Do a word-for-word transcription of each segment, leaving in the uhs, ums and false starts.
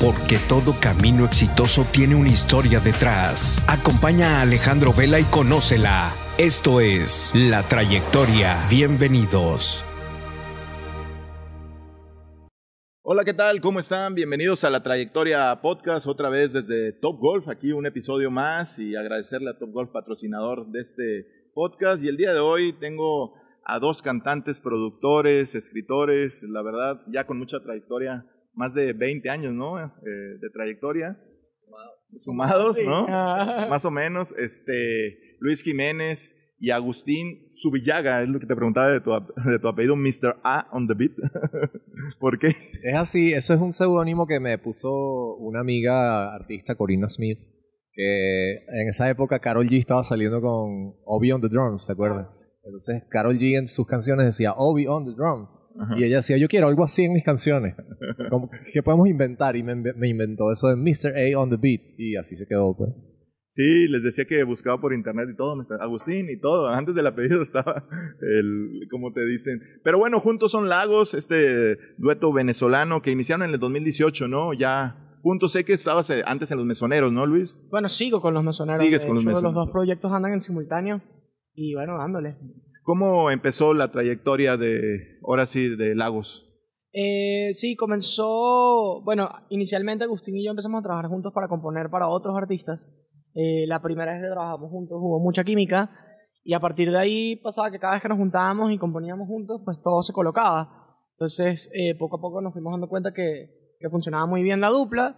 porque todo camino exitoso tiene una historia detrás. Acompaña a Alejandro Vela y conócela. Esto es La Trayectoria. Bienvenidos. Hola, ¿qué tal? ¿Cómo están? Bienvenidos a La Trayectoria Podcast, otra vez desde Top Golf, aquí un episodio más, y agradecerle a Top Golf, patrocinador de este podcast. Y el día de hoy tengo a dos cantantes, productores, escritores, la verdad, ya con mucha trayectoria, más de veinte años, ¿no? Eh, de trayectoria. Sumados, sí. ¿no? Ah. Más o menos. Este, Luis Jiménez y Agustín Zubillaga, es lo que te preguntaba de tu, de tu apellido, mister A on the beat. ¿Por qué? Es así, eso es un seudónimo que me puso una amiga artista, Corina Smith, que en esa época Karol G estaba saliendo con Obi on the Drums, ¿te acuerdas? Entonces Karol G en sus canciones decía Obi on the Drums. Ajá. Y ella decía, yo quiero algo así en mis canciones. Como, ¿qué podemos inventar? Y me, me inventó eso de mister A on the beat. Y así se quedó, pues. Sí, les decía que buscaba por internet y todo, Agustín y todo, antes del apellido estaba el, como te dicen. Pero bueno, juntos son Lagos, este dueto venezolano que iniciaron en el dos mil dieciocho, ¿no? Ya juntos, sé que estabas antes en Los Mesoneros, ¿no, Luis? Bueno, sigo con Los Mesoneros. Sigues de con hecho, Los Mesoneros. Los dos proyectos andan en simultáneo y bueno, dándole. ¿Cómo empezó la trayectoria de, ahora sí, de Lagos? Eh, sí, comenzó, bueno, inicialmente Agustín y yo empezamos a trabajar juntos para componer para otros artistas. Eh, la primera vez que trabajamos juntos hubo mucha química y a partir de ahí pasaba que cada vez que nos juntábamos y componíamos juntos, pues todo se colocaba. Entonces, eh, poco a poco nos fuimos dando cuenta que, que funcionaba muy bien la dupla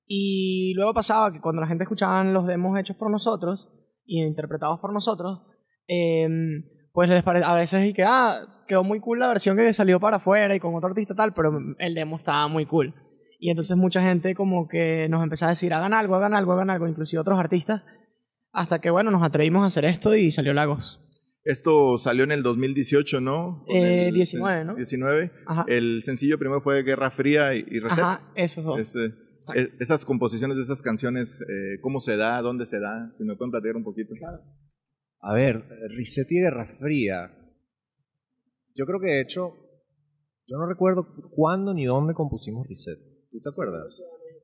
y luego pasaba que cuando la gente escuchaba los demos hechos por nosotros y interpretados por nosotros, eh, pues les parece a veces y que, ah, quedó muy cool la versión que salió para afuera y con otro artista tal, pero el demo estaba muy cool. Y entonces mucha gente como que nos empezó a decir, hagan algo, hagan algo, hagan algo, inclusive otros artistas, hasta que, bueno, nos atrevimos a hacer esto y salió Lagos. Esto salió en el dos mil dieciocho, ¿no? Eh, el, diecinueve, ¿no? diecinueve. Ajá. El sencillo primero fue Guerra Fría y, y Reset. Ajá, esos dos. Este, es, esas composiciones de esas canciones, eh, ¿cómo se da? ¿Dónde se da? Si me pueden platicar un poquito. Claro. A ver, Reset y Guerra Fría. Yo creo que de hecho, yo no recuerdo cuándo ni dónde compusimos Reset. ¿Tú te acuerdas?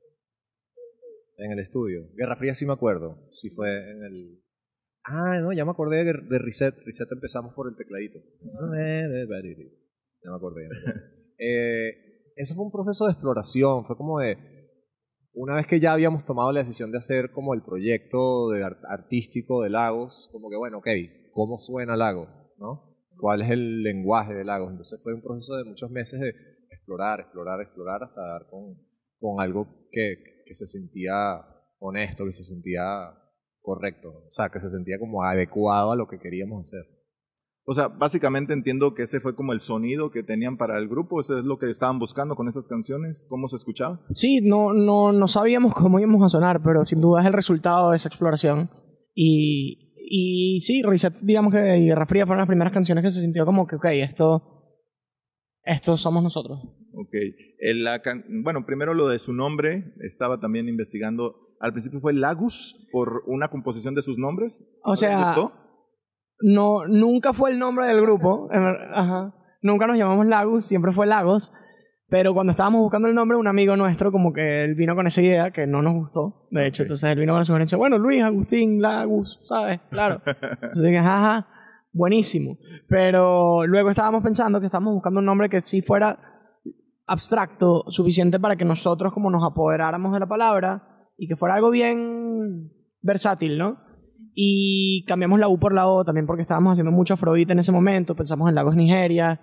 En el estudio. Guerra Fría sí me acuerdo. Sí fue en el... Ah, no, ya me acordé de, de Reset. Reset empezamos por el tecladito. Ya me acordé. Ya me acordé. eh, eso fue un proceso de exploración. Fue como de... Una vez que ya habíamos tomado la decisión de hacer como el proyecto de art- artístico de Lagos, como que bueno, ok, ¿cómo suena Lagos? ¿No? ¿Cuál es el lenguaje de Lagos? Entonces fue un proceso de muchos meses de explorar, explorar, explorar hasta dar con, con algo que, que se sentía honesto, que se sentía correcto, o sea, que se sentía como adecuado a lo que queríamos hacer. O sea, básicamente entiendo que ese fue como el sonido que tenían para el grupo, eso es lo que estaban buscando con esas canciones, ¿cómo se escuchaba? Sí, no, no, no sabíamos cómo íbamos a sonar, pero sin duda es el resultado de esa exploración. Y, y sí, Reset, digamos que y Guerra Fría fueron las primeras canciones que se sintió como que, ok, esto, esto somos nosotros. Ok. El, la can- bueno, primero lo de su nombre, estaba también investigando, al principio fue Lagus por una composición de sus nombres. O ¿No sea, les gustó? no, nunca fue el nombre del grupo, ajá. Nunca nos llamamos Lagos, siempre fue Lagos, pero cuando estábamos buscando el nombre, un amigo nuestro como que él vino con esa idea que no nos gustó, de hecho, okay. Entonces él vino con la sugerencia, bueno, Luis, Agustín, Lagos, ¿sabes? Claro. Entonces dije, ajá, buenísimo. Pero luego estábamos pensando que estábamos buscando un nombre que sí fuera abstracto, suficiente para que nosotros como nos apoderáramos de la palabra y que fuera algo bien versátil, ¿no? Y cambiamos la U por la O también porque estábamos haciendo mucho afrobeat en ese momento. Pensamos en Lagos, Nigeria.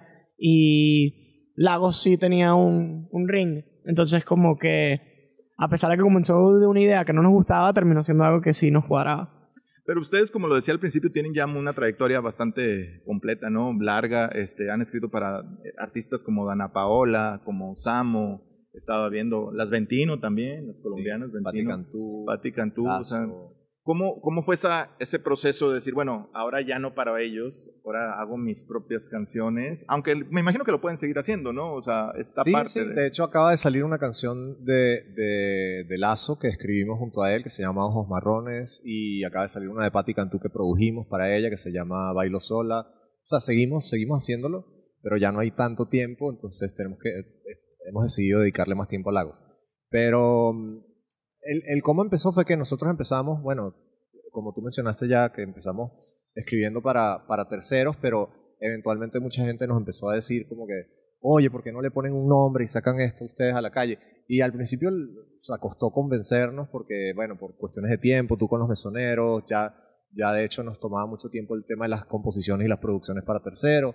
Y Lagos sí tenía un, un ring. Entonces como que a pesar de que comenzó de una idea que no nos gustaba, terminó siendo algo que sí nos cuadraba. Pero ustedes, como lo decía al principio, tienen ya una trayectoria bastante completa, ¿no? Larga. Este, han escrito para artistas como Dana Paola, como Samo. Estaba viendo las Ventino también, las colombianas. Sí, Ventino. Patti Cantú. Patti Cantú. O sea, ¿Cómo, cómo fue esa, ese proceso de decir, bueno, ahora ya no para ellos, ahora hago mis propias canciones? Aunque me imagino que lo pueden seguir haciendo, ¿no? O sea, esta sí, parte sí. de... De hecho, acaba de salir una canción de, de, de Lazo que escribimos junto a él, que se llama Ojos Marrones, y acaba de salir una de Patti Cantú que produjimos para ella, que se llama Bailo Sola. O sea, seguimos, seguimos haciéndolo, pero ya no hay tanto tiempo, entonces tenemos que, hemos decidido dedicarle más tiempo a Lagos. Pero el, el cómo empezó fue que nosotros empezamos, bueno, como tú mencionaste ya, que empezamos escribiendo para, para terceros, pero eventualmente mucha gente nos empezó a decir como que, oye, ¿por qué no le ponen un nombre y sacan esto ustedes a la calle? Y al principio, o sea, costó convencernos porque, bueno, por cuestiones de tiempo, tú con los mesoneros, ya, ya de hecho nos tomaba mucho tiempo el tema de las composiciones y las producciones para terceros.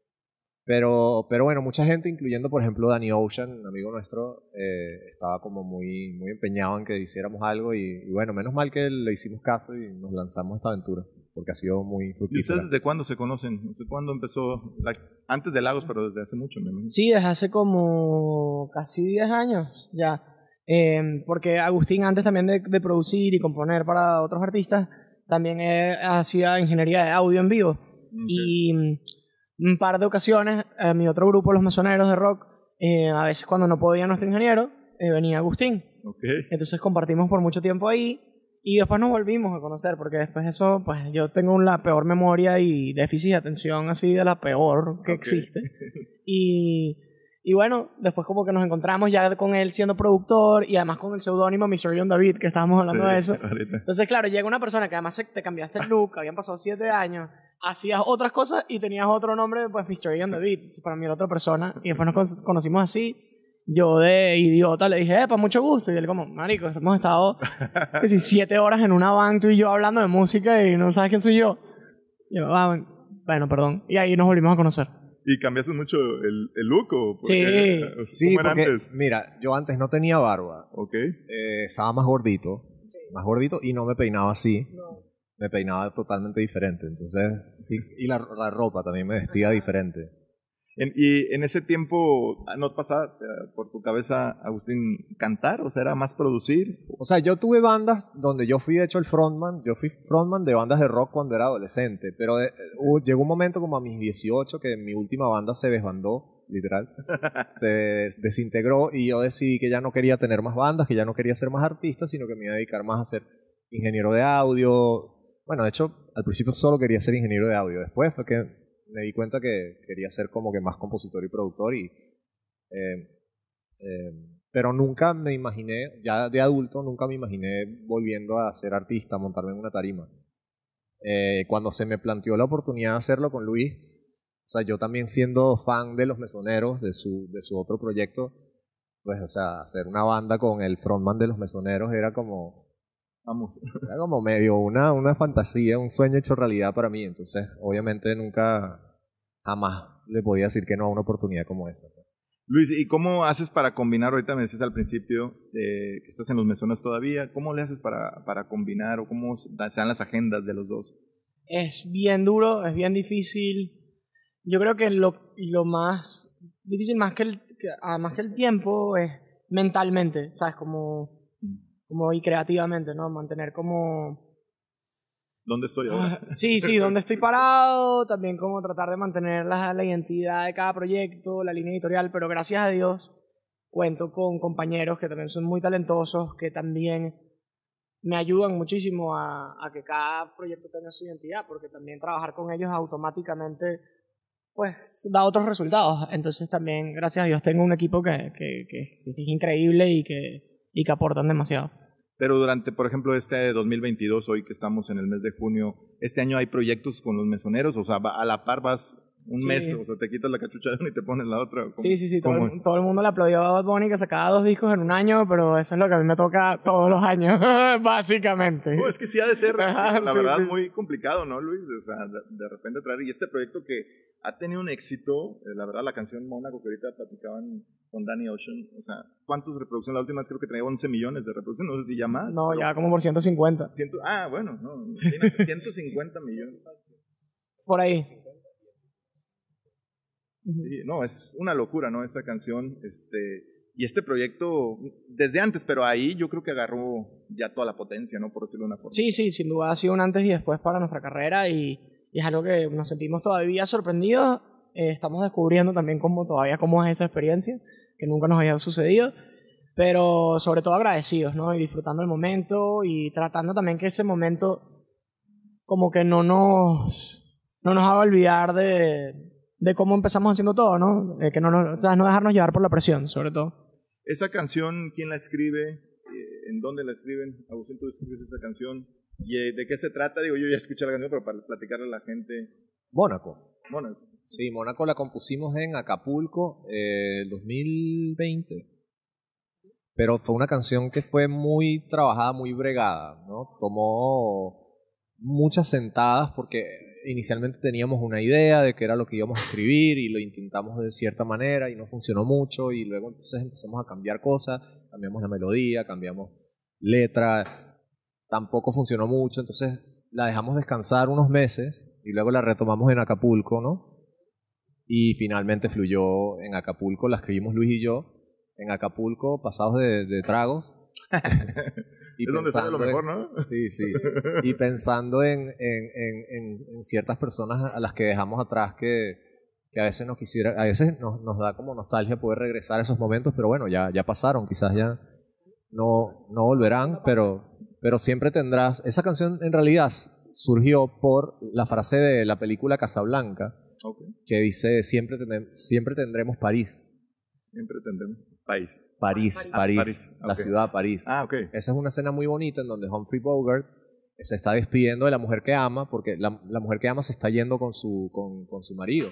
Pero, pero bueno, mucha gente, incluyendo por ejemplo Danny Ocean, un amigo nuestro, eh, estaba como muy, muy empeñado en que hiciéramos algo y, y bueno, menos mal que le hicimos caso y nos lanzamos a esta aventura, porque ha sido muy fructífera. ¿Y ustedes desde cuándo se conocen? ¿Desde cuándo empezó? La, antes de Lagos, pero desde hace mucho, me imagino. Sí, desde hace como casi diez años ya. Eh, porque Agustín, antes también de, de producir y componer para otros artistas, también eh, hacía ingeniería de audio en vivo. Okay. Y un par de ocasiones, eh, mi otro grupo, los Mesoneros de rock, eh, a veces cuando no podía nuestro ingeniero, eh, venía Agustín. Okay. Entonces compartimos por mucho tiempo ahí y después nos volvimos a conocer, porque después de eso, pues yo tengo la peor memoria y déficit de atención así de la peor que okay. existe. Y, y bueno, después como que nos encontramos ya con él siendo productor y además con el seudónimo mister John David, que estábamos hablando sí, de eso. Ahorita. Entonces, claro, llega una persona que además te cambiaste el look, habían pasado siete años, hacías otras cosas y tenías otro nombre, pues mister John David, para mí era otra persona, y después nos conocimos así. Yo de idiota le dije, epa, mucho gusto, y él como, marico, hemos estado que si siete horas en una van, tú y yo hablando de música y no sabes quién soy yo. Y yo, ah, bueno, perdón, y ahí nos volvimos a conocer. ¿Y cambiaste mucho el, el look o porque, sí, sí, porque, antes? Mira, yo antes no tenía barba. Ok. Eh, estaba más gordito, sí. más gordito, y no me peinaba así. No. Me peinaba totalmente diferente, entonces, sí, y la, la ropa también me vestía Ajá. diferente. En, y en ese tiempo, ¿no pasaba por tu cabeza, Agustín, cantar? O sea, ¿era más producir? O sea, yo tuve bandas donde yo fui, de hecho, el frontman. Yo fui frontman de bandas de rock cuando era adolescente. Pero de, uh, llegó un momento como a mis dieciocho que mi última banda se desbandó, literal. Se desintegró y yo decidí que ya no quería tener más bandas, que ya no quería ser más artista, sino que me iba a dedicar más a ser ingeniero de audio. Bueno, de hecho, al principio solo quería ser ingeniero de audio. Después fue que me di cuenta que quería ser como que más compositor y productor y eh, eh, pero nunca me imaginé, ya de adulto nunca me imaginé volviendo a ser artista, a montarme en una tarima. Eh, cuando se me planteó la oportunidad de hacerlo con Luis, o sea, yo también siendo fan de los Mesoneros, de su, de su otro proyecto, pues, o sea, hacer una banda con el frontman de los Mesoneros era como Vamos. Era como medio una, una fantasía, un sueño hecho realidad para mí. Entonces, obviamente nunca, jamás le podía decir que no a una oportunidad como esa. Luis, ¿y cómo haces para combinar? Ahorita me decías al principio eh, que estás en los Mesoneros todavía. ¿Cómo le haces para, para combinar o cómo se dan las agendas de los dos? Es bien duro, es bien difícil. Yo creo que lo, lo más difícil, más que, el, que, además que el tiempo, es mentalmente, ¿sabes? Como... como y creativamente, ¿no? Mantener como... ¿Dónde estoy ahora? Sí, sí, dónde estoy parado, también como tratar de mantener la, la identidad de cada proyecto, la línea editorial, pero gracias a Dios cuento con compañeros que también son muy talentosos, que también me ayudan muchísimo a, a que cada proyecto tenga su identidad, porque también trabajar con ellos automáticamente pues da otros resultados. Entonces también, gracias a Dios, tengo un equipo que, que, que, que es increíble y que y que aportan demasiado. Pero durante, por ejemplo, este dos mil veintidós, hoy que estamos en el mes de junio, ¿este año hay proyectos con los Mesoneros? O sea, a la par vas un sí. mes, o sea, te quitas la cachucha de una y te pones la otra. ¿Cómo? Sí, sí, sí, todo el, todo el mundo le aplaudió a Bad Bunny que sacaba dos discos en un año, pero eso es lo que a mí me toca todos los años, básicamente. No, es que sí ha de ser, Ajá, la sí, verdad, sí. muy complicado, ¿no, Luis? O sea, de, de repente traer, y este proyecto que ha tenido un éxito, eh, la verdad, la canción Mónaco que ahorita platicaban con Danny Ocean, o sea, ¿cuántas reproducciones? La última vez creo que tenía once millones de reproducciones, no sé si ya más. No, ya como por ciento cincuenta. Ciento, ah, bueno, no, ciento cincuenta millones. Por ahí. Sí, no, es una locura, ¿no? Esa canción, este, y este proyecto, desde antes, pero ahí yo creo que agarró ya toda la potencia, ¿no? Por decirlo de una forma. Sí, sí, sin duda ha sido un antes y después para nuestra carrera y, y es algo que nos sentimos todavía sorprendidos. Eh, estamos descubriendo también cómo todavía cómo es esa experiencia, que nunca nos había sucedido, pero sobre todo agradecidos, ¿no? Y disfrutando el momento y tratando también que ese momento como que no nos, no nos haga olvidar de, de cómo empezamos haciendo todo, ¿no? Eh, que no, nos, o sea, no dejarnos llevar por la presión, sobre todo. Esa canción, ¿quién la escribe? Eh, ¿En dónde la escriben? Agustín, tú escribes esa canción. ¿Y eh, de qué se trata? Digo, yo ya escuché la canción, pero para platicarle a la gente. Mónaco. Mónaco. Sí, Mónaco la compusimos en Acapulco el eh, dos mil veinte. Pero fue una canción que fue muy trabajada, muy bregada, ¿no? Tomó muchas sentadas porque inicialmente teníamos una idea de qué era lo que íbamos a escribir y lo intentamos de cierta manera y no funcionó mucho y luego entonces empezamos a cambiar cosas, cambiamos la melodía, cambiamos letra, tampoco funcionó mucho, entonces la dejamos descansar unos meses y luego la retomamos en Acapulco, ¿no? Y finalmente fluyó en Acapulco, la escribimos Luis y yo, en Acapulco, pasados de, de tragos. Y es donde sale lo mejor, ¿no? En, sí, sí. Y pensando en, en, en, en, en ciertas personas a las que dejamos atrás que, que a veces nos quisiera, a veces nos, nos da como nostalgia poder regresar a esos momentos, pero bueno, ya, ya pasaron, quizás ya no, no volverán, pero, pero siempre tendrás. Esa canción en realidad surgió por la frase de la película Casablanca, okay, que dice siempre, ten, siempre tendremos París. Siempre tendremos París. París, París, París, París. La okay. ciudad París. Ah, okay. Esa es una escena muy bonita en donde Humphrey Bogart se está despidiendo de la mujer que ama, porque la, la mujer que ama se está yendo con su, con, con su marido.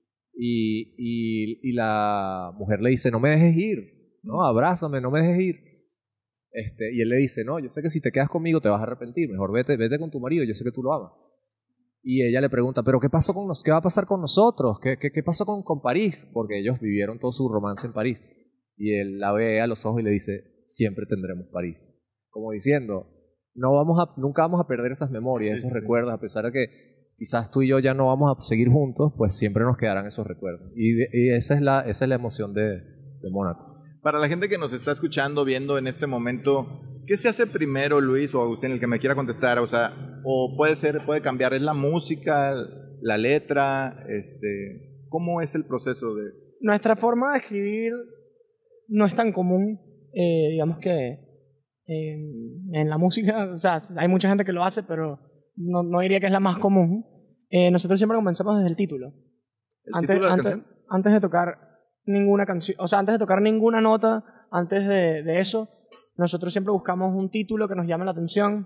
Y, y, y la mujer le dice, no me dejes ir, no, abrázame, no me dejes ir. Este, y él le dice, no, yo sé que si te quedas conmigo te vas a arrepentir, mejor vete, vete con tu marido, yo sé que tú lo amas. Y ella le pregunta, ¿pero qué pasó con nos, qué va a pasar con nosotros? ¿Qué, qué, qué pasó con, con París? Porque ellos vivieron todo su romance en París. Y él la ve a los ojos y le dice, siempre tendremos París. Como diciendo, no vamos a, nunca vamos a perder esas memorias, esos sí, recuerdos, a pesar de que quizás tú y yo ya no vamos a seguir juntos, pues siempre nos quedarán esos recuerdos. Y, de, y esa, es la, esa es la emoción de, de Mónaco. Para la gente que nos está escuchando, viendo en este momento, ¿qué se hace primero, Luis o Agustín, el que me quiera contestar? O sea, o puede ser, puede cambiar, ¿es la música, la letra? Este, ¿cómo es el proceso de...? Nuestra forma de escribir no es tan común, eh, digamos que eh, en la música, o sea, hay mucha gente que lo hace, pero no, no diría que es la más común. Eh, nosotros siempre comenzamos desde el título. ¿El antes, título de la antes, canción? Antes de tocar ninguna canción, o sea, antes de tocar ninguna nota, antes de, de eso, nosotros siempre buscamos un título que nos llame la atención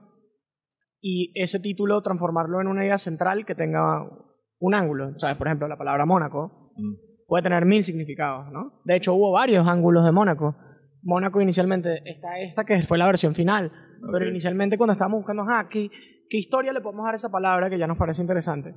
y ese título transformarlo en una idea central que tenga un ángulo. O sea, por ejemplo, la palabra Mónaco mm. puede tener mil significados, ¿no? De hecho, hubo varios ángulos de Mónaco. Mónaco inicialmente está esta que fue la versión final, okay, pero inicialmente cuando estábamos buscando, ah, ¿qué, qué historia le podemos dar a esa palabra que ya nos parece interesante?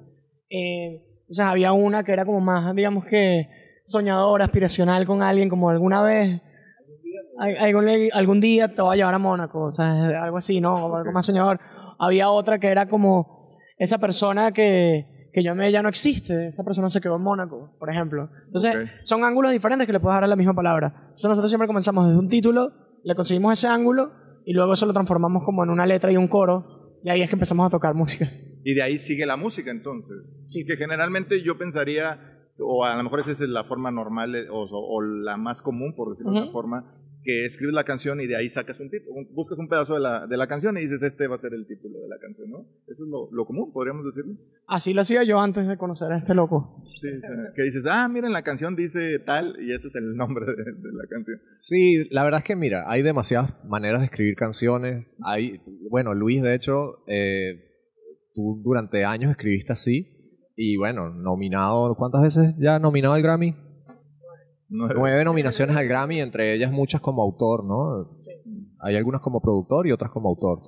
Eh, o sea, había una que era como más, digamos que soñadora, aspiracional con alguien, como alguna vez, algún, algún día te voy a llevar a Mónaco, o sea, algo así, ¿no? Como algo más soñador. Había otra que era como esa persona que, que yo me ya no existe, esa persona se quedó en Mónaco, por ejemplo. Entonces, okay, son ángulos diferentes que le puedes dar a la misma palabra. Entonces nosotros siempre comenzamos desde un título, le conseguimos ese ángulo y luego eso lo transformamos como en una letra y un coro y ahí es que empezamos a tocar música. Y de ahí sigue la música entonces. Sí. Que generalmente yo pensaría, o a lo mejor esa es la forma normal o, o la más común, por decirlo uh-huh. de una forma, que escribes la canción y de ahí sacas un título, buscas un pedazo de la, de la canción y dices, este va a ser el título de la canción, ¿no? Eso es lo, lo común, podríamos decirlo. Así lo hacía yo antes de conocer a este loco. Sí, o sea, que dices, ah, miren, la canción dice tal y ese es el nombre de, de la canción. Sí, la verdad es que mira, hay demasiadas maneras de escribir canciones. Hay, bueno, Luis, de hecho, eh, tú durante años escribiste así y bueno, nominado, ¿cuántas veces ya nominado al Grammy? Nueve. Nueve nominaciones al Grammy, entre ellas muchas como autor, ¿no? Sí. Hay algunas como productor y otras como autor.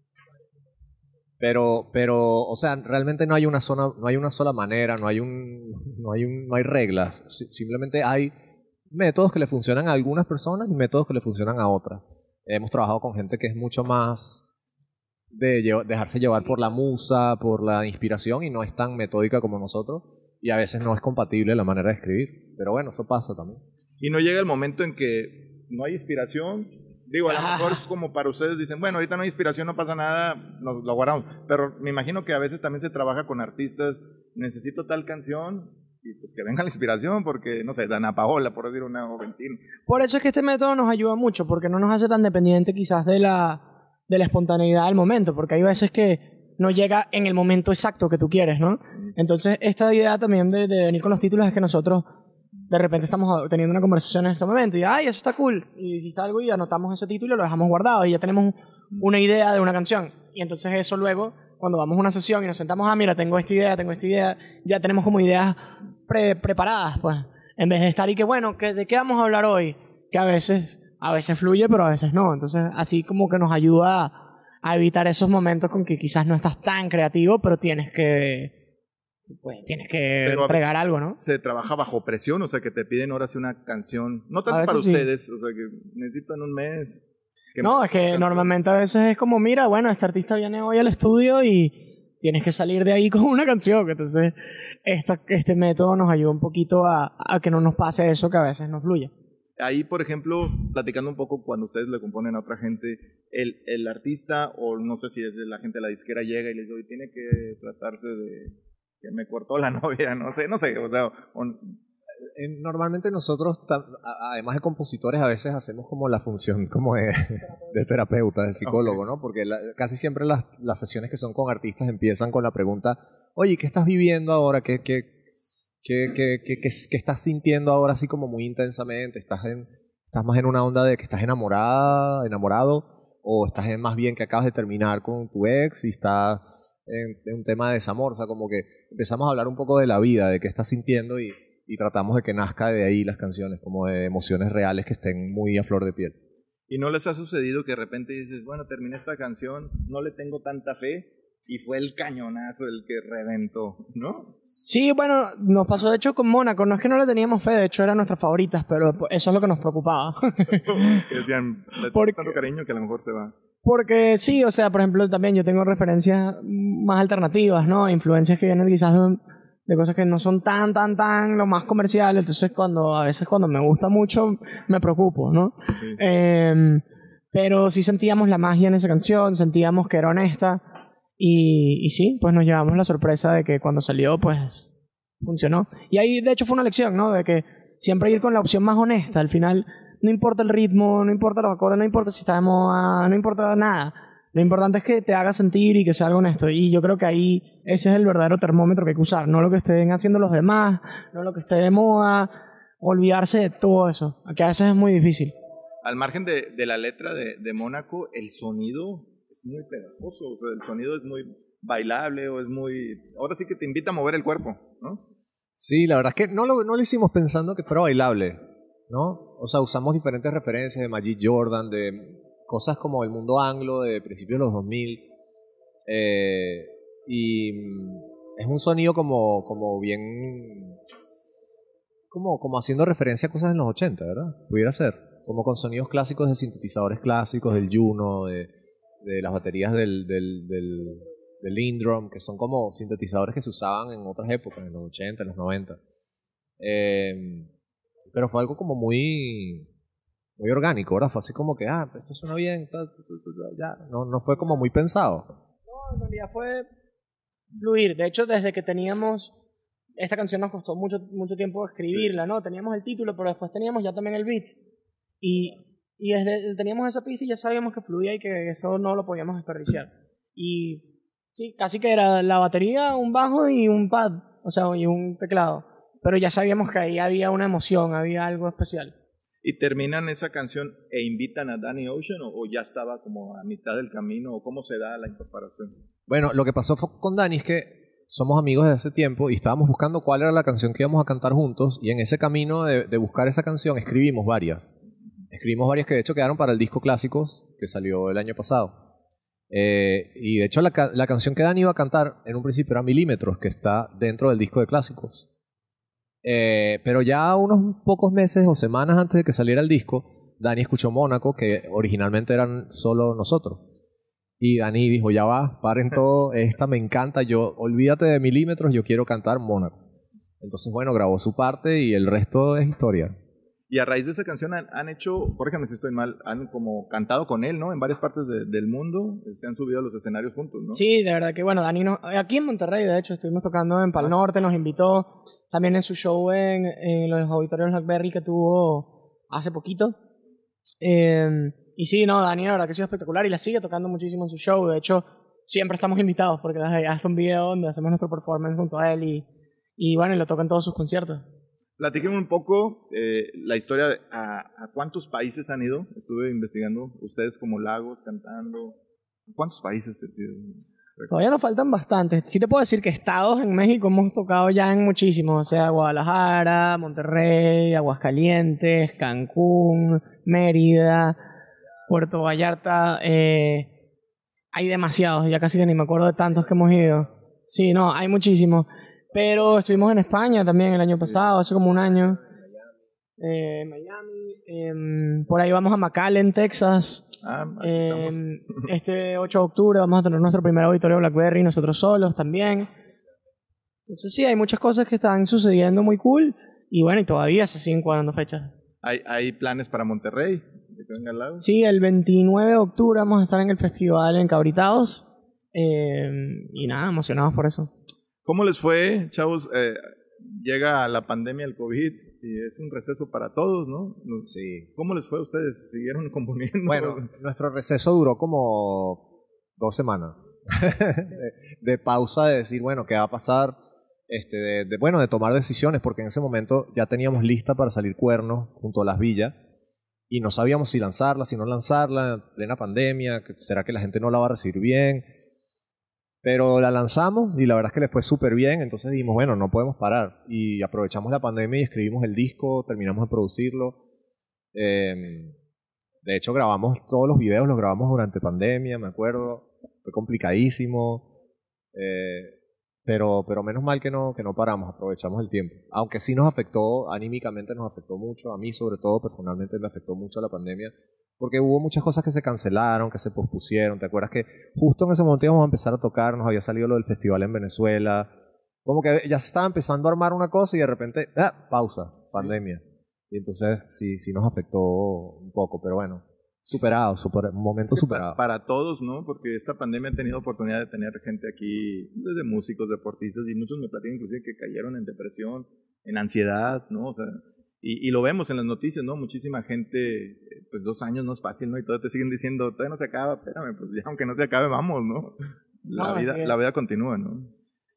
Pero, pero, o sea, realmente no hay una sola, no hay una sola manera, no hay un, no hay un, no hay reglas. Simplemente hay métodos que le funcionan a algunas personas y métodos que le funcionan a otras. Hemos trabajado con gente que es mucho más de llevar, dejarse llevar por la musa, por la inspiración y no es tan metódica como nosotros. Y a veces no es compatible la manera de escribir. Pero bueno, eso pasa también. Y no llega el momento en que no hay inspiración. Digo, a lo mejor como para ustedes dicen, bueno, ahorita no hay inspiración, no pasa nada, nos lo guardamos. Pero me imagino que a veces también se trabaja con artistas, necesito tal canción y pues que venga la inspiración porque, no sé, Dana Paola, por decir una, o Ventín. Por eso es que este método nos ayuda mucho, porque no nos hace tan dependiente quizás de la, de la espontaneidad del momento, porque hay veces que no llega en el momento exacto que tú quieres, ¿no? Entonces, esta idea también de, de venir con los títulos es que nosotros de repente estamos teniendo una conversación en este momento y, ay, eso está cool, y dijiste algo y anotamos ese título y lo dejamos guardado y ya tenemos una idea de una canción. Y entonces eso luego, cuando vamos a una sesión y nos sentamos, ah, mira, tengo esta idea, tengo esta idea, ya tenemos como ideas pre preparadas, pues. En vez de estar y que, bueno, ¿qué, ¿de qué vamos a hablar hoy? Que a veces, a veces fluye, pero a veces no. Entonces, así como que nos ayuda a, a evitar esos momentos con que quizás no estás tan creativo, pero tienes que, pues, tienes que Pero a- pregar algo, ¿no? Se trabaja bajo presión, o sea, que te piden ahora sí una canción. No tanto A para veces sí. ustedes, o sea, que necesitan un mes. que No, me- es que normalmente a veces es como, mira, bueno, este artista viene hoy al estudio y tienes que salir de ahí con una canción. Entonces, esta, este método nos ayuda un poquito a, a que no nos pase eso que a veces nos fluye. Ahí, por ejemplo, platicando un poco cuando ustedes le componen a otra gente, el, el artista, o no sé si es la gente de la disquera, llega y les dice, oye, tiene que tratarse de que me cortó la novia, no sé, no sé, o sea, o- Eh, Normalmente nosotros, tam- a- además de compositores, a veces hacemos como la función como de, de terapeuta, de psicólogo, ¿no? Porque la- casi siempre las, las sesiones que son con artistas empiezan con la pregunta, oye, ¿qué estás viviendo ahora? ¿Qué, qué, qué, qué, qué, qué- qué estás sintiendo ahora así como muy intensamente? ¿Estás, en, ¿Estás más en una onda de que estás enamorada, enamorado? ¿O estás en más bien que acabas de terminar con tu ex y estás en, en un tema de desamor? O sea, como que empezamos a hablar un poco de la vida, de qué estás sintiendo y y tratamos de que nazca de ahí las canciones, como de emociones reales que estén muy a flor de piel. ¿Y no les ha sucedido que de repente dices, bueno, terminé esta canción, no le tengo tanta fe, y fue el cañonazo el que reventó, ¿no? Sí, bueno, nos pasó de hecho con Mónaco. No es que no le teníamos fe, de hecho eran nuestras favoritas, pero eso es lo que nos preocupaba. Que decían, le tengo Porque- tanto cariño que a lo mejor se va. Porque sí, o sea, por ejemplo, también yo tengo referencias más alternativas, ¿no? Influencias que vienen quizás de, de cosas que no son tan, tan, tan lo más comercial. Entonces, cuando a veces cuando me gusta mucho, me preocupo, ¿no? Sí. Eh, pero sí sentíamos la magia en esa canción, sentíamos que era honesta. Y, y sí, pues nos llevamos la sorpresa de que cuando salió, pues funcionó. Y ahí, de hecho, fue una lección, ¿no? De que siempre ir con la opción más honesta. Al final, no importa el ritmo, no importa los acordes, no importa si está de moda, no importa nada. Lo importante es que te haga sentir y que sea algo honesto. Y yo creo que ahí ese es el verdadero termómetro que hay que usar. No lo que estén haciendo los demás, no lo que esté de moda. Olvidarse de todo eso, que a veces es muy difícil. Al margen de, de la letra de, de Mónaco, el sonido es muy pegajoso, o sea, el sonido es muy bailable o es muy... Ahora sí que te invita a mover el cuerpo, ¿no? Sí, la verdad es que no lo, no lo hicimos pensando que fuera bailable, ¿no? O sea, usamos diferentes referencias de Magic Jordan, de cosas como el mundo anglo de principios de los dos mil. Eh, y mm, es un sonido como, como bien... Como, como haciendo referencia a cosas en los ochenta, ¿verdad? Pudiera ser. Como con sonidos clásicos de sintetizadores clásicos, del Juno, de, de las baterías del, del, del, del Lindrum, que son como sintetizadores que se usaban en otras épocas, en los ochenta, en los noventa. Eh, pero fue algo como muy, muy orgánico, ¿verdad? Fue así como que, ah, esto suena bien, tal, tal, tal, tal, ya. No, no fue como muy pensado. No, en realidad fue fluir. De hecho, desde que teníamos... Esta canción nos costó mucho, mucho tiempo escribirla, ¿no? Teníamos el título, pero después teníamos ya también el beat. Y, y desde teníamos esa pista y ya sabíamos que fluía y que eso no lo podíamos desperdiciar. Y sí, casi que era la batería, un bajo y un pad, o sea, y un teclado. Pero ya sabíamos que ahí había una emoción, había algo especial. ¿Y terminan esa canción e invitan a Danny Ocean o, o ya estaba como a mitad del camino o cómo se da la incorporación? Bueno, lo que pasó fue con Dani es que somos amigos desde hace tiempo y estábamos buscando cuál era la canción que íbamos a cantar juntos y en ese camino de, de buscar esa canción escribimos varias. Escribimos varias que de hecho quedaron para el disco Clásicos que salió el año pasado. Eh, y de hecho la, la canción que Dani iba a cantar en un principio era Milímetros, que está dentro del disco de Clásicos. Eh, pero ya unos pocos meses o semanas antes de que saliera el disco, Dani escuchó Mónaco, que originalmente eran solo nosotros. Y Dani dijo, ya va, paren todo, esta me encanta, yo, olvídate de Milímetros, yo quiero cantar Mónaco. Entonces, bueno, grabó su parte y el resto es historia. Y a raíz de esa canción han, han hecho, corríjame si estoy mal, han como cantado con él, ¿no? En varias partes de, del mundo, se han subido a los escenarios juntos, ¿no? Sí, de verdad que bueno, Dani no, aquí en Monterrey, de hecho, estuvimos tocando en Pal Norte, nos invitó también en su show en, en los auditorios Blackberry que tuvo hace poquito. Eh, y sí, no, Dani, la verdad que ha sido espectacular y la sigue tocando muchísimo en su show. De hecho, siempre estamos invitados porque hasta un video donde hacemos nuestro performance junto a él y, y bueno, y lo toca en todos sus conciertos. Platíquenme un poco eh, la historia, de a, a cuántos países han ido. Estuve investigando, ustedes como Lagos, cantando. ¿Cuántos países han sido? Todavía nos faltan bastantes. Sí te puedo decir que estados en México hemos tocado ya en muchísimos. O sea, Guadalajara, Monterrey, Aguascalientes, Cancún, Mérida, Puerto Vallarta. Eh, hay demasiados, ya casi que ni me acuerdo de tantos que hemos ido. Sí, no, hay muchísimos. Pero estuvimos en España también el año pasado, hace como un año. Eh, Miami. Eh, por ahí vamos a McAllen, Texas. Ah, Eh, este ocho de octubre vamos a tener nuestro primer auditorio Blackberry nosotros solos también. Entonces sí, hay muchas cosas que están sucediendo muy cool y bueno, y todavía se siguen cuadrando fechas. ¿Hay, hay planes para Monterrey? ¿De que venga al lado? Sí, el veintinueve de octubre vamos a estar en el festival en Cabritados eh, y nada, emocionados por eso. ¿Cómo les fue, chavos? Eh, llega la pandemia, el COVID, y es un receso para todos, ¿no? Sí. ¿Cómo les fue a ustedes? ¿Siguieron componiendo? Bueno, nuestro receso duró como dos semanas. de, de pausa, de decir, bueno, ¿qué va a pasar? Este, de, de, bueno, de tomar decisiones, porque en ese momento ya teníamos lista para salir Cuernos junto a Las Villas y no sabíamos si lanzarla, si no lanzarla, en plena pandemia, ¿será que la gente no la va a recibir bien? Pero la lanzamos y la verdad es que le fue súper bien, entonces dijimos, bueno, no podemos parar. Y aprovechamos la pandemia y escribimos el disco, terminamos de producirlo. Eh, de hecho, grabamos todos los videos, los grabamos durante pandemia, me acuerdo. Fue complicadísimo. Eh, pero, pero menos mal que no, que no paramos, aprovechamos el tiempo. Aunque sí nos afectó, anímicamente nos afectó mucho. A mí, sobre todo, personalmente me afectó mucho la pandemia. Porque hubo muchas cosas que se cancelaron, que se pospusieron. ¿Te acuerdas que justo en ese momento íbamos a empezar a tocar? Nos había salido lo del festival en Venezuela. Como que ya se estaba empezando a armar una cosa y de repente, ¡ah! Pausa, pandemia. Sí. Y entonces sí, sí nos afectó un poco, pero bueno, superado, super, un momento sí, superado. Para, para todos, ¿no? Porque esta pandemia ha tenido oportunidad de tener gente aquí, desde músicos, deportistas, y muchos me platican inclusive que cayeron en depresión, en ansiedad, ¿no? O sea, y, y lo vemos en las noticias, ¿no? Muchísima gente, pues dos años no es fácil, ¿no? Y todavía te siguen diciendo, todavía no se acaba, espérame, pues ya aunque no se acabe, vamos, ¿no? La, no, vida, es que... la vida continúa, ¿no?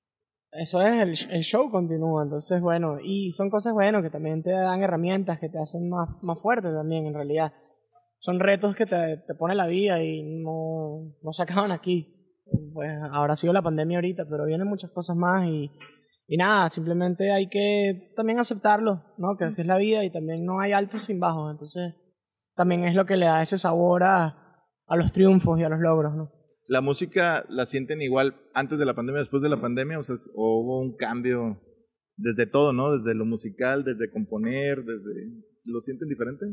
Eso es, el, el show continúa, entonces bueno, y son cosas buenas que también te dan herramientas que te hacen más, más fuerte también en realidad. Son retos que te, te pone la vida y no, no se acaban aquí. Pues habrá sido la pandemia ahorita, pero vienen muchas cosas más y, y nada, simplemente hay que también aceptarlo, ¿no? Que así es la vida y también no hay altos sin bajos, entonces también es lo que le da ese sabor a, a los triunfos y a los logros, ¿no? ¿La música la sienten igual antes de la pandemia, después de la pandemia? O sea, ¿o hubo un cambio desde todo, ¿no? Desde lo musical, desde componer, desde... ¿Lo sienten diferente?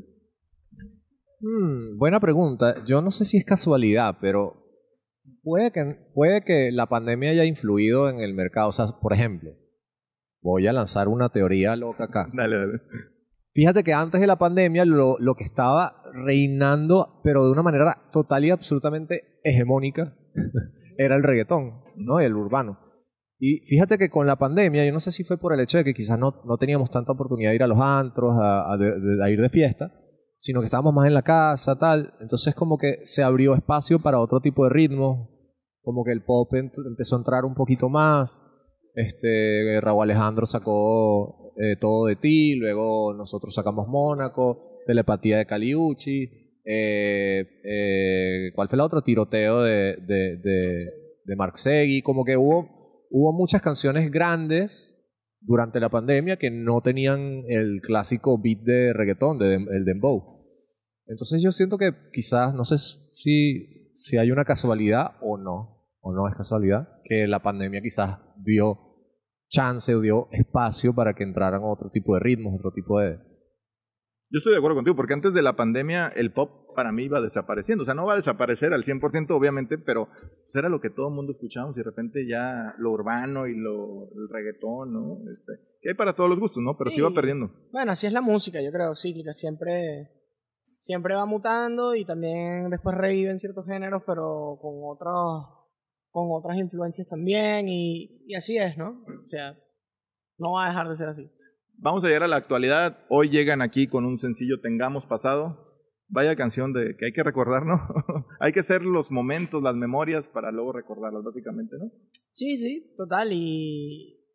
Hmm, buena pregunta. Yo no sé si es casualidad, pero puede que, puede que la pandemia haya influido en el mercado. O sea, por ejemplo, voy a lanzar una teoría loca acá. Dale, dale. Fíjate que antes de la pandemia lo, lo que estaba reinando, pero de una manera total y absolutamente hegemónica, era el reggaetón, ¿no? Y el urbano. Y fíjate que con la pandemia, yo no sé si fue por el hecho de que quizás no, no teníamos tanta oportunidad de ir a los antros, a, a, de, de, a ir de fiesta, sino que estábamos más en la casa, tal. Entonces como que se abrió espacio para otro tipo de ritmos, como que el pop empezó a entrar un poquito más. Este, Raúl Alejandro sacó eh, Todo de Ti, luego nosotros sacamos Mónaco, Telepatía de Caliucci, eh, eh, ¿cuál fue el otro? Tiroteo de, de, de, de Marc Segui. Como que hubo, hubo muchas canciones grandes durante la pandemia que no tenían el clásico beat de reggaetón, de, el dembow. Entonces yo siento que quizás, no sé si, si hay una casualidad o no, o no es casualidad, que la pandemia quizás dio chance o dio espacio para que entraran otro tipo de ritmos, otro tipo de... Yo estoy de acuerdo contigo, porque antes de la pandemia el pop para mí iba desapareciendo. O sea, no va a desaparecer al cien por ciento obviamente, pero pues era lo que todo el mundo escuchábamos y de repente ya lo urbano y lo, el reggaetón, ¿no? Este, que hay para todos los gustos, ¿no? Pero sí, sí va perdiendo. Bueno, así es la música, yo creo, cíclica. Siempre, siempre va mutando y también después reviven ciertos géneros, pero con otros... con otras influencias también y, y así es, ¿no? O sea, no va a dejar de ser así. Vamos a llegar a la actualidad. Hoy llegan aquí con un sencillo Tengamos Pasado. Vaya canción de que hay que recordar, ¿no? Hay que hacer los momentos, las memorias para luego recordarlas, básicamente, ¿no? Sí, sí, total. Y,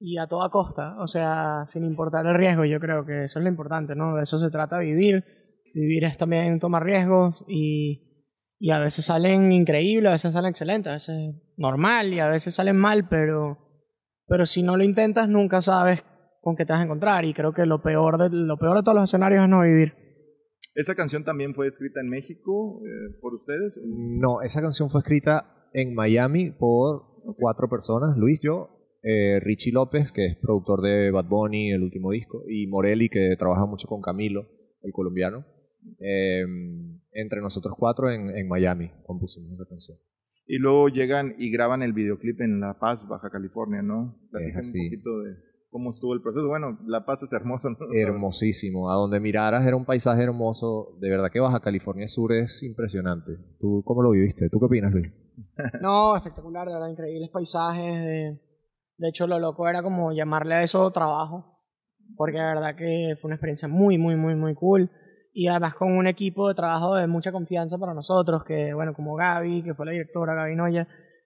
y a toda costa, o sea, sin importar el riesgo. Yo creo que eso es lo importante, ¿no? De eso se trata vivir. Vivir es también tomar riesgos y, y a veces salen increíbles, a veces salen excelentes, a veces normal y a veces salen mal, pero, pero si no lo intentas nunca sabes con qué te vas a encontrar, y creo que lo peor de, lo peor de todos los escenarios es no vivir. ¿Esa canción también fue escrita en México eh, por ustedes? No, esa canción fue escrita en Miami por cuatro personas. Luis, yo, eh, Richie López, que es productor de Bad Bunny, el último disco, y Morelli, que trabaja mucho con Camilo, el colombiano. Eh, entre nosotros cuatro en, en Miami compusimos esa canción. Y luego llegan y graban el videoclip en La Paz, Baja California, ¿no? Es así. Un poquito de cómo estuvo el proceso. Bueno, La Paz es hermoso, ¿no? Hermosísimo. A donde miraras era un paisaje hermoso. De verdad que Baja California Sur es impresionante. ¿Tú cómo lo viviste? ¿Tú qué opinas, Luis? No, espectacular, de verdad, increíbles paisajes. De, de hecho, lo loco era como llamarle a eso trabajo, porque la verdad que fue una experiencia muy, muy, muy, muy cool. Y además con un equipo de trabajo de mucha confianza para nosotros, que bueno, como Gaby, que fue la directora, Gaby Noya,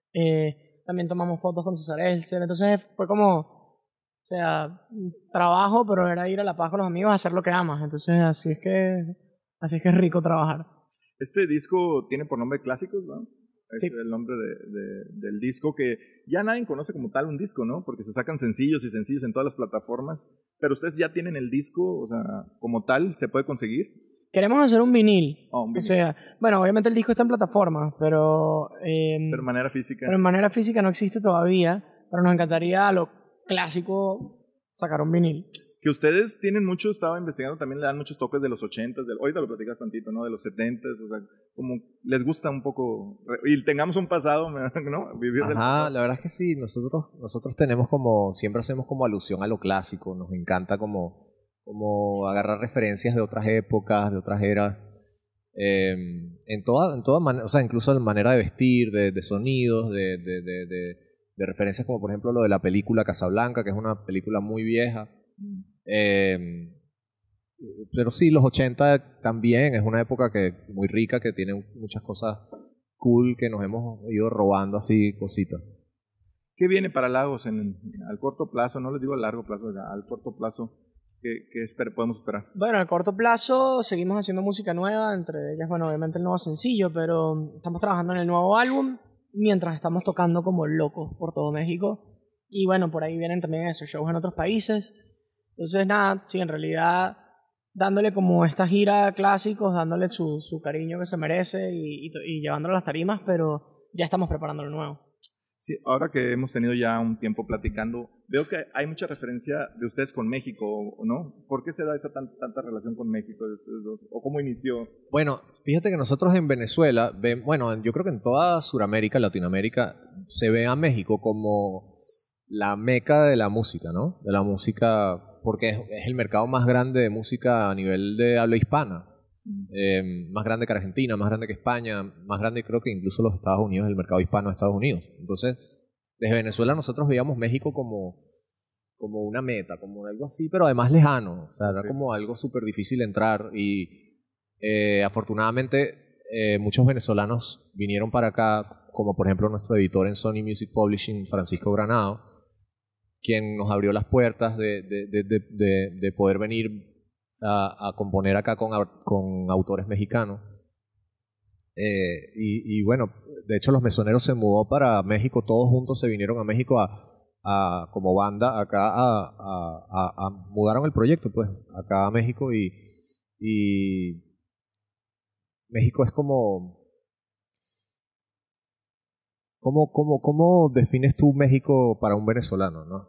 eh, también tomamos fotos con César Elser. Entonces fue como, o sea, trabajo, pero era ir a La Paz con los amigos a hacer lo que amas. Entonces así es que, así es que es rico trabajar. Este disco tiene por nombre Clásicos, ¿no? Es Sí. el nombre de, de, del disco, que ya nadie conoce como tal un disco, ¿no? Porque se sacan sencillos y sencillos en todas las plataformas. Pero ustedes ya tienen el disco, o sea, como tal, ¿se puede conseguir? Queremos hacer un vinil. Oh, un vinil. O sea, bueno, obviamente el disco está en plataformas, pero... Eh, Pero de manera física. pero en manera física no existe todavía. Pero nos encantaría a lo clásico sacar un vinil. Que ustedes tienen mucho, estaba investigando, también le dan muchos toques de los ochentas, del, ahorita lo platicas tantito, ¿no? De los setentas, o sea, como les gusta un poco, y tengamos un pasado, ¿no? Vivir del Ajá, pasado. la verdad es que sí, nosotros, nosotros tenemos como, siempre hacemos como alusión a lo clásico, nos encanta como, como agarrar referencias de otras épocas, de otras eras, eh, en toda, en toda manera, o sea, incluso de manera de vestir, de, de sonidos, de, de, de, de, de referencias como por ejemplo lo de la película Casablanca, que es una película muy vieja. Eh, pero sí, los ochenta también es una época que muy rica, que tiene muchas cosas cool que nos hemos ido robando así cositas. ¿Qué viene para Lagos en, al corto plazo? No les digo a largo plazo, al corto plazo. ¿Qué, qué esper- podemos esperar? Bueno, a corto plazo seguimos haciendo música nueva, entre ellas, bueno, obviamente el nuevo sencillo, pero estamos trabajando en el nuevo álbum mientras estamos tocando como locos por todo México. Y bueno, por ahí vienen también esos shows en otros países. Entonces, nada, sí, en realidad dándole como esta gira clásicos, dándole su, su cariño que se merece y, y, y llevándolo a las tarimas, pero ya estamos preparando lo nuevo. Sí, ahora que hemos tenido ya un tiempo platicando, veo que hay mucha referencia de ustedes con México, ¿no? ¿Por qué se da esa tan, tanta relación con México de ustedes dos? ¿O cómo inició? Bueno, fíjate que nosotros en Venezuela, ve- bueno, yo creo que en toda Sudamérica, Latinoamérica, se ve a México como la meca de la música, ¿no? De la música, porque es, es el mercado más grande de música a nivel de habla hispana. Eh, más grande que Argentina, más grande que España, más grande creo que incluso los Estados Unidos, el mercado hispano de Estados Unidos. Entonces, desde Venezuela nosotros veíamos México como, como una meta, como algo así, pero además lejano. O sea, era como algo súper difícil entrar y eh, afortunadamente eh, muchos venezolanos vinieron para acá, como por ejemplo nuestro editor en Sony Music Publishing, Francisco Granado, quien nos abrió las puertas de, de, de, de, de, de poder venir A, a componer acá con, con autores mexicanos. Eh, y, y bueno, de hecho los Mesoneros se mudó para México, todos juntos se vinieron a México a, a como banda acá a, a, a, a mudaron el proyecto pues acá a México y, y México es como ¿cómo, cómo, cómo defines tú México para un venezolano, no?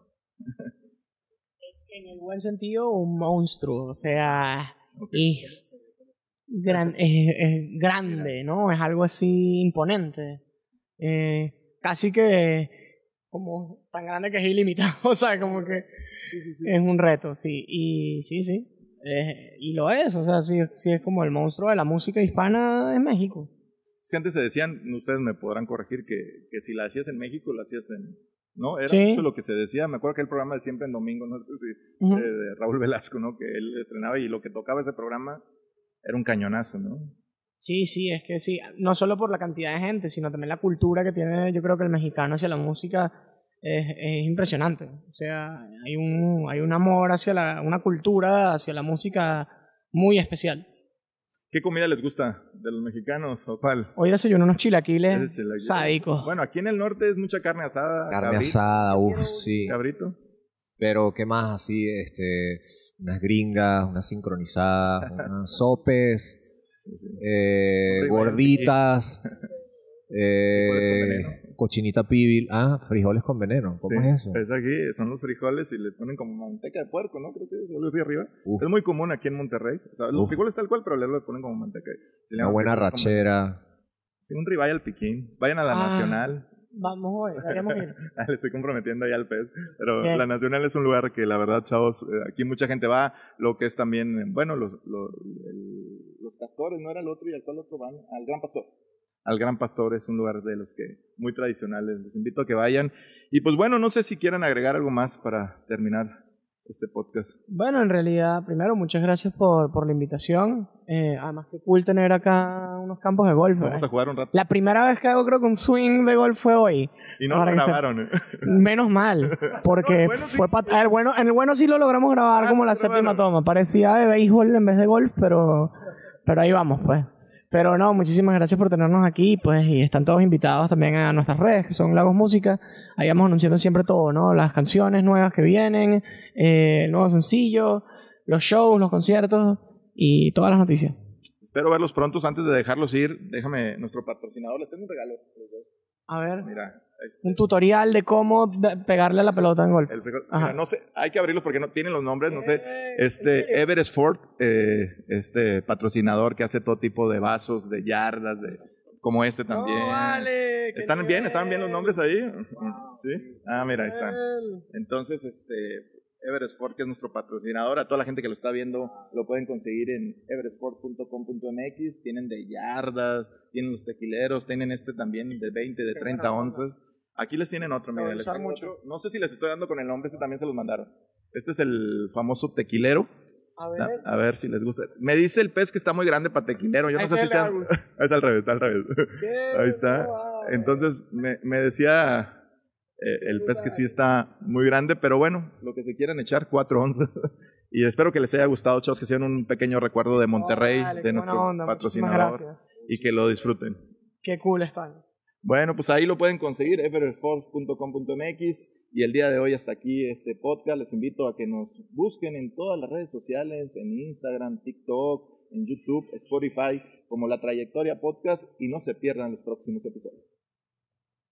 En el buen sentido, un monstruo, o sea, es, gran, es, es grande, ¿no? Es algo así imponente. Eh, casi que como tan grande que es ilimitado, o sea, como que sí, sí, sí. Es un reto, sí. Y sí, sí, eh, y lo es, o sea, sí, sí es como el monstruo de la música hispana en México. Si antes se decían, ustedes me podrán corregir, que, que si la hacías en México, la hacías en... ¿no? Era sí. mucho lo que se decía. Me acuerdo que el programa de Siempre en Domingo, no sé si, uh-huh. eh, de Raúl Velasco, ¿no? Que él estrenaba y lo que tocaba ese programa era un cañonazo, ¿no? Sí, sí, es que sí. No solo por la cantidad de gente, sino también la cultura que tiene, yo creo que el mexicano hacia la música es, es impresionante. O sea, hay un, hay un amor hacia la, una cultura, hacia la música muy especial. ¿Qué comida les gusta de los mexicanos o cuál? Hoy desayuno unos chilaquiles Ese chilaquil. sádicos. Bueno, aquí en el norte es mucha carne asada. Carne cabrito, asada, uff, sí. Cabrito. Pero, ¿qué más así? Este, unas gringas, unas sincronizadas, unas sopes, Sí, sí. eh, Un gorditas, eh, Frijoles con veneno. cochinita pibil. Ah, frijoles con veneno. ¿Cómo Sí, es eso? Es aquí, son los frijoles y le ponen como manteca de puerco, ¿no? Creo que es algo así arriba. Uf. Es muy común aquí en Monterrey. O sea, los Uf. frijoles tal cual, pero le ponen como manteca. Se Una llaman buena frijoles con rachera. veneno. Sí, un ribeye al piquín. Vayan a la Ah. Nacional. Vamos hoy, deberíamos ir. Le estoy comprometiendo ahí al pez. Pero Bien. la Nacional es un lugar que la verdad, chavos, eh, aquí mucha gente va. Lo que es también, eh, bueno, los, los, el- los castores, ¿no era el otro? ¿Y al cual otro van? Al Gran Pastor. Al Gran Pastor es un lugar de los que muy tradicionales. Les invito a que vayan. Y pues bueno, no sé si quieran agregar algo más para terminar este podcast. Bueno, en realidad, primero, muchas gracias por, por la invitación. Eh, además, qué cool tener acá unos campos de golf. Vamos eh. a jugar un rato. La primera vez que hago, creo que un swing de golf fue hoy. Y no Ahora lo que se- grabaron. ¿eh? Menos mal, porque No, el bueno sí. fue pa- el bueno, en el bueno sí lo logramos grabar Ah, como sí la lo séptima grabaron. toma. Parecía de béisbol en vez de golf, pero, pero ahí vamos, pues. Pero no, muchísimas gracias por tenernos aquí, pues, y están todos invitados también a nuestras redes, que son Lagos Música. Ahí vamos anunciando siempre todo, ¿no? Las canciones nuevas que vienen, eh, el nuevo sencillo, los shows, los conciertos y todas las noticias. Espero verlos prontos. Antes de dejarlos ir, déjame, nuestro patrocinador, les tengo un regalo. Los dos. A ver, Mira, este, un tutorial de cómo de- pegarle a la pelota en golf. el frijol- Ajá. mira, no sé, hay que abrirlos porque no tienen los nombres, no sé. Este Everest Ford, eh, este patrocinador que hace todo tipo de vasos, de yardas, de como este también. No, vale, qué ¿Están bien? ¿Están bien los nivel. nombres ahí? ¿Sí? Ah, mira, ahí están. Entonces, este Everest Ford, que es nuestro patrocinador, a toda la gente que lo está viendo, lo pueden conseguir en everest ford punto com punto m x. Tienen de yardas, tienen los tequileros, tienen este también de veinte, de treinta onzas. Aquí les tienen otro, Lo voy mira, a les usar tengo mucho. otro. No sé si les estoy dando con el nombre, este también se los mandaron. Este es el famoso tequilero. A ver. A, a ver si les gusta. Me dice el pez que está muy grande para tequilero. Yo no Ahí sé se si le sea. Agus. Es al revés, está al revés. Ahí está. Entonces me, me decía eh, el pez que sí está muy grande, pero bueno, lo que se quieran echar, cuatro onzas. Y espero que les haya gustado, chavos, que sean un pequeño recuerdo de Monterrey, Vale, de qué nuestro buena onda, muchísimas patrocinador, gracias. y que lo disfruten. Qué cool están. Bueno, pues ahí lo pueden conseguir, everest ford punto com punto m x. Y el día de hoy hasta aquí este podcast. Les invito a que nos busquen en todas las redes sociales, en Instagram, TikTok, en YouTube, Spotify, como La Trayectoria Podcast, y no se pierdan los próximos episodios.